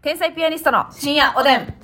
天才ピアニストの深夜おでん。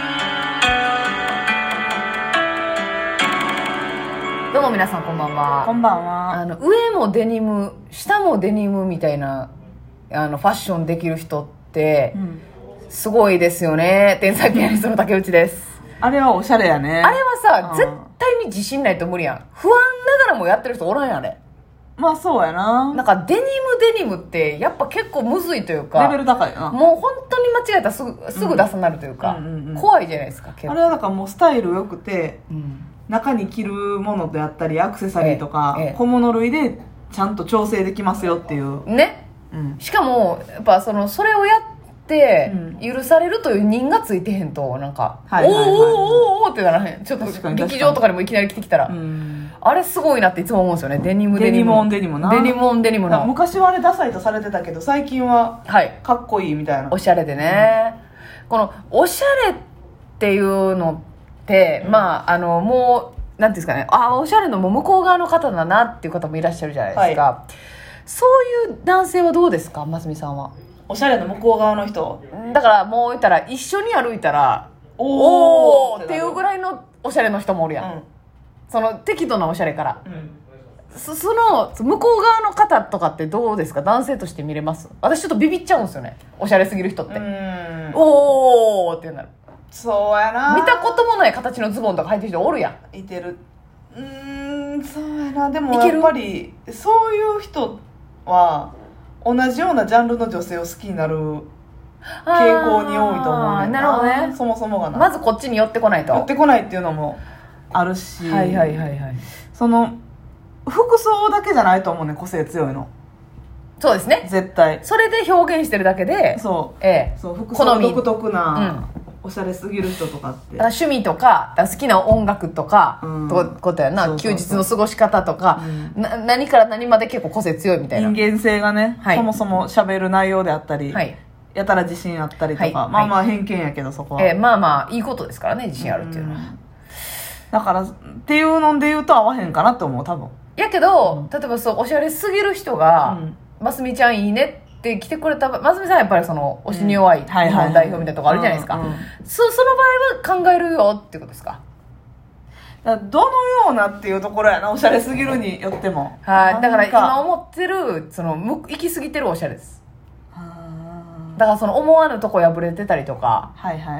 どうも皆さんこんばんは。 こんばんは。 上もデニム下もデニムみたいなファッションできる人ってすごいですよね。天才ピアニストの竹内です。 あれはおしゃれやね。 あれはさ、絶対に自信ないと無理やん。不安ながらもやってる人おらんやん。あれまあそうやな。 なんかデニムってやっぱ結構むずいというか、 レベル高いな。 もう本当に間違えたらすぐ出さなるというか、怖いじゃないですか。結構あれはだからもうスタイル良くて、 うん、 中に着るものであったりアクセサリーとか、小物類でちゃんと調整できますよっていうね、しかもやっぱそれをやって許されるという人がついてへんとなんか、おーおーおーおーってならへん。ちょっと劇場とかでもいきなり来てきたら、あれすごいなっていつも思うんですよね。デニムな。デニムの昔はあれダサいとされてたけど最近はかっこいいみたいな、 おしゃれでね、このおしゃれっていうのって、まあもうなんていうんですかね、おしゃれのもう向こう側の方だなっていう方もいらっしゃるじゃないですか、そういう男性はどうですか、ますみさんは。 おしゃれの向こう側の人だからもう言ったら一緒に歩いたらおーっていうぐらいのおしゃれの人もおるやん、その適度なおしゃれから、その向こう側の方とかってどうですか、男性として見れます？私ちょっとビビっちゃうんですよね、おしゃれすぎる人って。おーってなる。 そうやな。 見たこともない形のズボンとか履いてる人おるやん。 いてる。そうやな。でもやっぱりそういう人は同じようなジャンルの女性を好きになる傾向に多いと思うねんな。 なるほどね。 そもそもがな、 まずこっちに寄ってこないと。 寄ってこないっていうのもあるし、その服装だけじゃないと思うね、個性強いの。そうですね、 絶対それで表現してるだけで、 そう服装独特な、おしゃれすぎる人とかって、 趣味とか好きな音楽とか、ってことやな。休日の過ごし方とか、何から何まで結構個性強いみたいな。 人間性がね、そもそも喋る内容であったり、やたら自信あったりとか、まあまあ偏見やけどそこは、 まあまあいいことですからね、自信あるっていうのは。 だからっていうので言うと合わへんかなって思う、多分。 やけど、例えばおしゃれすぎる人が、ますみちゃんいいねって来てくれた、ますみさんはやっぱりその推しに弱い日本代表みたいなとこあるじゃないですか。その場合は考えるよってことですか。 だからどのようなっていうところやな、おしゃれすぎるによっても。 だから今思ってる行き過ぎてるおしゃれです。だからその思わぬとこ破れてたりとか、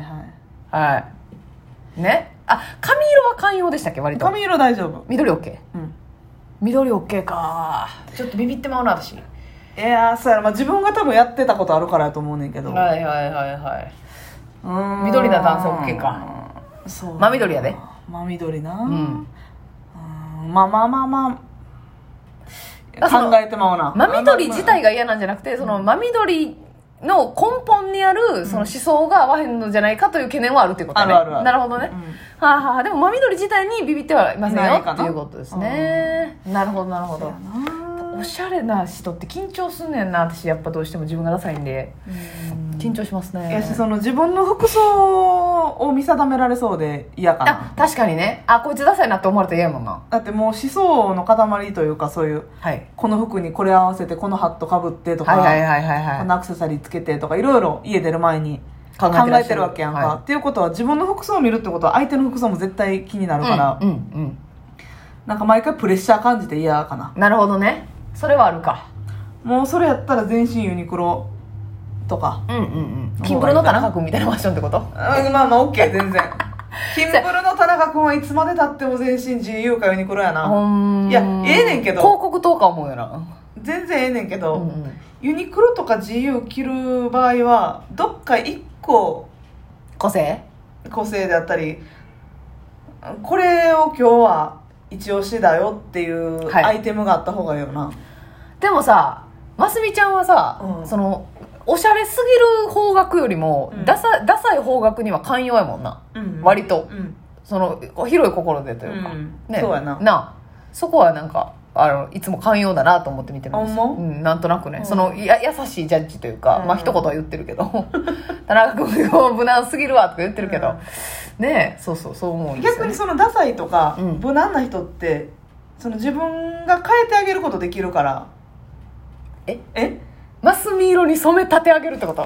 ね、髪色は寛容でしたっけ、割と。 髪色大丈夫。 緑 OK、緑 OK か。ちょっとビビってまうな私。 いやそうやな、自分が多分やってたことあるからやと思うねんけど。 緑な男性 OK か。そう真緑やで。 真緑な。まあ考えてまうな。 真緑自体が嫌なんじゃなくて、その真緑の根本にあるその思想が合わへんのじゃないかという懸念はあるっていうことね。なるほどね。でも真緑自体にビビってはいませんよっていうことですね。なるほど。おしゃれな人って緊張すんねんな。私やっぱどうしても自分がダサいんで緊張しますね。 やし、その自分の服装を見定められそうで嫌かな。 確かにね。こいつダサいなって思われたら嫌やもんな。 だってもう思想の塊というか、そういう、この服にこれ合わせてこのハットかぶってとか、このアクセサリーつけてとか、いろいろ家出る前に考えてるわけやんか、っていうことは自分の服装を見るってことは相手の服装も絶対気になるから、なんか毎回プレッシャー感じて嫌かな。 なるほどね。それはあるか。 もうそれやったら全身ユニクロとか、 キンプルの田中君みたいなファッションってこと？ まあ OK 全然。キンプルの田中君はいつまでたっても全身 GU かユニクロやな。いやええねんけど、 広告塔か思うよな。 全然ええねんけど、ユニクロとか GU 着る場合はどっか一個個性であったり、これを今日は一押しだよっていうアイテムがあった方がいいよな。 でもさ、ますみちゃんはさ、そのおしゃれすぎる方角よりも、ダサい方角には寛容やもんな、割と、その広い心でというか、 そうやな。 そこはなんかいつも寛容だなと思って見てます。なんとなくね、その優しいジャッジというか、まあ一言は言ってるけど田中君無難すぎるわとか言ってるけど、ねえ、そう思うんですよね。 逆にそのダサいとか、無難な人ってその自分が変えてあげることできるから。 マスミ色に染め立て上げるってこと？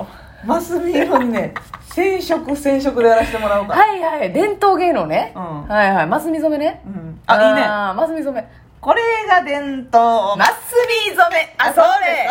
マスミ色にね染色でやらせてもらおうか。 はいはい、伝統芸能ね、はいはい、マスミ染めね、 あ、いいね。 マスミ染め、 これが伝統マスミ染め、あ、そうめ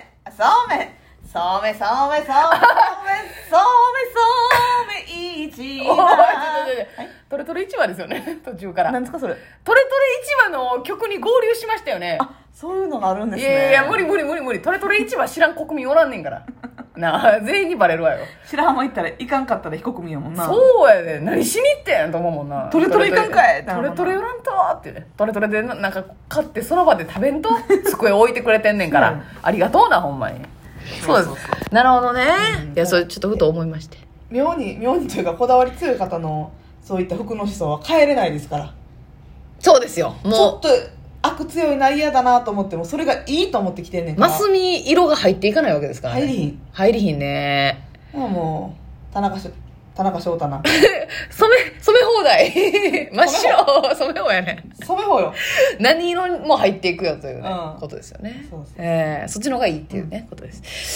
市場。トレトレ市場ですよね、途中から。 何ですかそれ。 トレトレ市場の曲に合流しましたよね。 あ、そういうのがあるんですね。 いやいや、無理。トレトレ市場知らん国民おらんねんから。なあ、全員にバレるわよ。 白浜行ったらいかんかったら非国民やもんな。 そうやで、何しに行ってんと思うもんな。 トレトレ行かんかい。 トレトレ売らんとってね。トレトレでなんか買ってその場で食べんと机置いてくれてんねんから。ありがとうな、ほんまに。そうです。なるほどね。いや、それちょっとふと思いまして。 妙にというかこだわり強い方のそういった服の思想は変えれないですから。 そうですよ。 もうちょっと悪強いな、嫌だなと思ってもそれがいいと思ってきてんねんから。 マスミ色が入っていかないわけですからね。入りひんね。 もう田中翔太な染め放題真っ白染め放やね。 染め放よ。 何色も入っていくよという、ねことですよね。そっちの方がいいっていうね、ことです。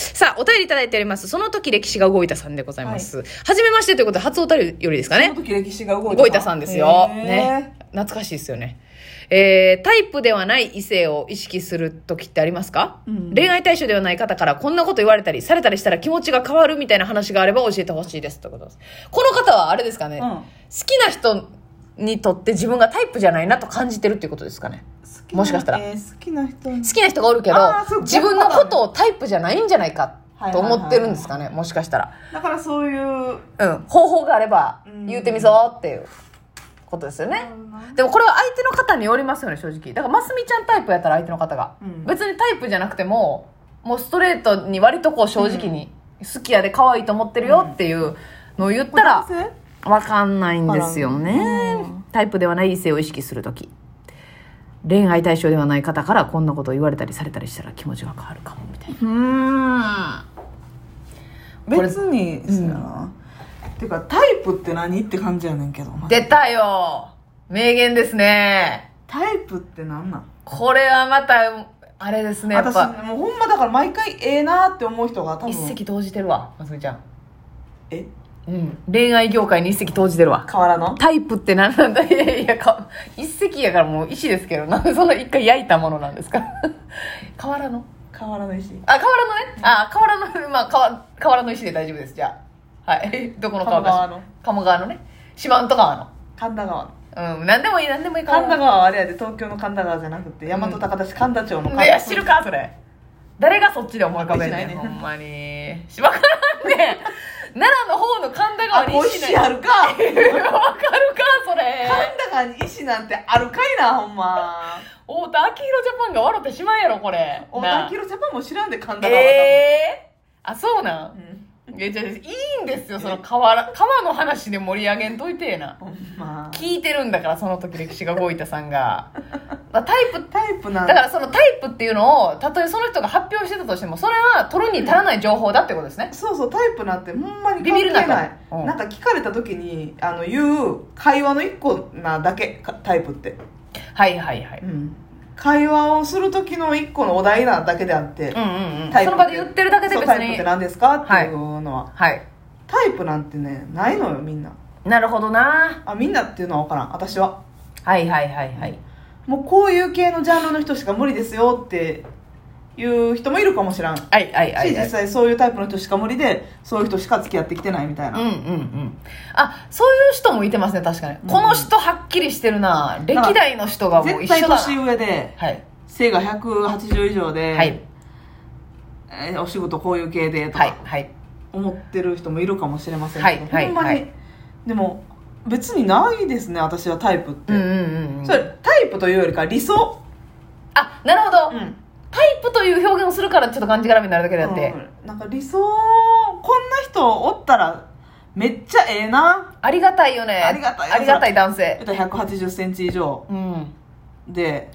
さあ、お便りいただいております。その時歴史が動いたさんでございます。はじめましてということで初お便りよりですかね。 その時歴史が動いたさんですよ。ね。懐かしいですよね。タイプではない異性を意識する時ってありますか？恋愛対象ではない方からこんなこと言われたりされたりしたら気持ちが変わるみたいな話があれば教えてほしいですということです。この方はあれですかね、好きな人にとって自分がタイプじゃないなと感じてるっていうことですかね。もしかしたら、好きな人がおるけど自分のことをタイプじゃないんじゃないかと思ってるんですかね。もしかしたらだからそういう、 方法があれば言うてみそうっていうことですよね。でもこれは相手の方によりますよね、正直。だからますみちゃんタイプやったら相手の方が、別にタイプじゃなくてもうストレートに割とこう正直に好きやで可愛いと思ってるよっていうのを言ったら分かんないんですよね。タイプではない異性を意識するとき、恋愛対象ではない方からこんなことを言われたりされたりしたら気持ちが変わるかもみたいな。 別にですな、ていうかタイプって何って感じやねんけど。 出たよ、名言ですね。 タイプって何なん？ これはまたあれですね、やっぱ私もうほんまだから毎回なって思う人が多分一石投じてるわ、ますみちゃん。恋愛業界に一石投じてるわ。 河原のタイプって何なんだ。いや一石やからもう石ですけど、なんでその一回焼いたものなんですか。河原の石。 河原のね。河原の、まあ河原の石で大丈夫です。じゃあ、はい。どこの川か。鴨川のね。四万十川の。 神田川の。 何でもいい。神田川はあれやで、東京の神田川じゃなくて大和高田市神田町の神田川。 いや、知るかそれ。誰がそっちで思い浮かべんねん、ほんまに。わからんね。奈良の方の神田川に石あるか。 わかるかそれ。 神田川に石なんてあるかいな、ほんま。 太田昭弘ジャパンが笑ってしまえやろ、これ。 太田昭弘ジャパンも知らんで、神田川は。 あ、そうなん。いや、じゃあいいんですよ、その川の話で盛り上げんといてえな。聞いてるんだから、その時歴史が動いたさんが。タイプなんだからそのタイプっていうのをたとえその人が発表してたとしてもそれは取るに足らない情報だってことですね。 そうタイプなんてほんまに関係ない。なんか聞かれた時に言う会話の一個なだけ、タイプって。 はい、 会話をする時の一個のお題なだけであって、 タイプその場で言ってるだけで別にタイプって何ですかっていうのは、タイプなんてねないのよ、みんな。 なるほどな。 みんなっていうのは分からん、私は。 はいもうこういう系のジャンルの人しか無理ですよっていう人もいるかもしれん。実際そういうタイプの人しか無理で、そういう人しか付き合ってきてないみたいな。 あ、そういう人もいてますね、確かに。この人はっきりしてるな。歴代の人がもう一緒だな。 絶対年上で、背が180以上で、お仕事こういう系でとか思ってる人もいるかもしれませんけど、ほんまにでも別にないですね、私はタイプって。それタイプというよりか理想。 あ、なるほど、タイプという表現をするからちょっと感じがらみになるだけであって、 なんか理想、こんな人おったらめっちゃええな。 ありがたいよね。ありがたい男性。 180センチ以上、で、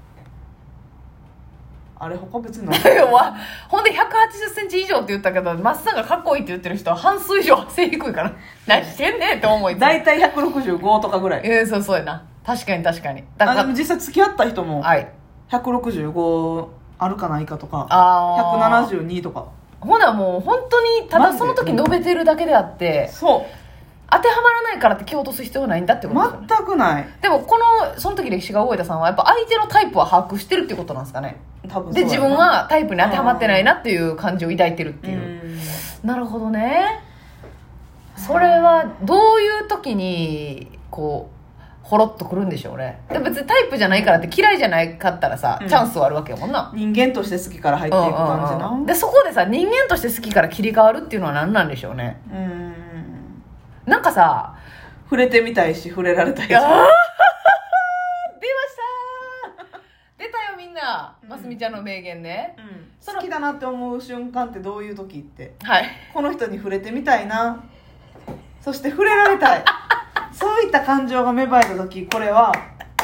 あれ他別にないほんで180センチ以上って言ったけど、マッサンがかっこいいって言ってる人は半数以上背低いから何してんねんって思い。 大体165とかぐらい。 そうやな。確かにだから実際付き合った人も165あるかないかとか、172とか。 ほなもう本当にただその時述べてるだけであって、 そう当てはまらないからって蹴落とす必要はないんだってことですよね。 全くない。 でもその時歴史が動いたさんはやっぱ相手のタイプは把握してるってことなんですかね。 多分で自分はタイプに当てはまってないなっていう感じを抱いてるっていう。なるほどね。それはどういう時にこうほろっとくるんでしょうね。で別にタイプじゃないからって嫌いじゃないかったらさ、チャンスはあるわけやもんな。 人間として好きから入っていく感じな、 でそこでさ人間として好きから切り替わるっていうのは何なんでしょうね。なんかさ触れてみたいし触れられたいし。出ました出たよみんな、ますみちゃんの名言ね、 好きだなって思う瞬間ってどういう時って、 はい、 この人に触れてみたいな、そして触れられたいそういった感情が芽生えた時、これは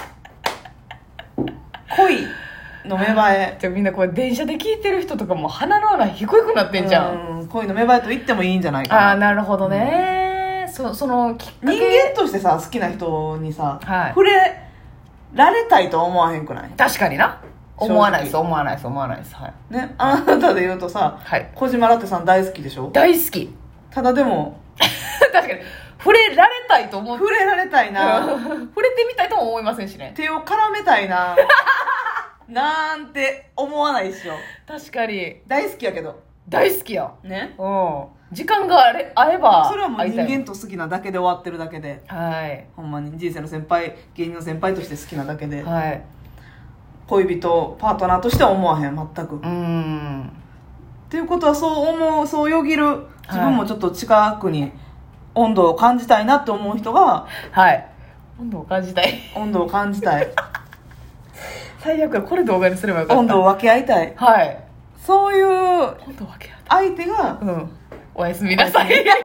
恋の芽生え。 じゃみんなこれ電車で聞いてる人とかも鼻の穴低くなってんじゃん。 恋の芽生えと言ってもいいんじゃないかな。 あ、なるほどね、そのきっかけ、 人間としてさ好きな人にさ、 はい、 触れられたいと思わへんくない？ 確かにな。思わないです、思わないです、思わないです。はい。 ね、あなたで言うとさ、はい、小島ラテさん大好きでしょ？ 大好き。 ただでも確かに触れられたいと思う。 触れられたいな触れてみたいとも思いませんしね。 手を絡めたいななんて思わないっしょ。 確かに大好きやけど。 大好きやね。 時間が合えば。 それはもう人間と好きなだけで終わってるだけで、 はい、 ほんまに人生の先輩、芸人の先輩として好きなだけで、 はい、 恋人パートナーとしては思わへん、全く。っていうことは、そう思う、そうよぎる自分もちょっと近くに温度を感じたいなって思う人が、 はい、温度を感じたい、 温度を感じたい最悪や、これ動画にすればよかった。 温度を分け合いたい、 はい、 そういう温度を分け合いたい相手が、 おやすみなさい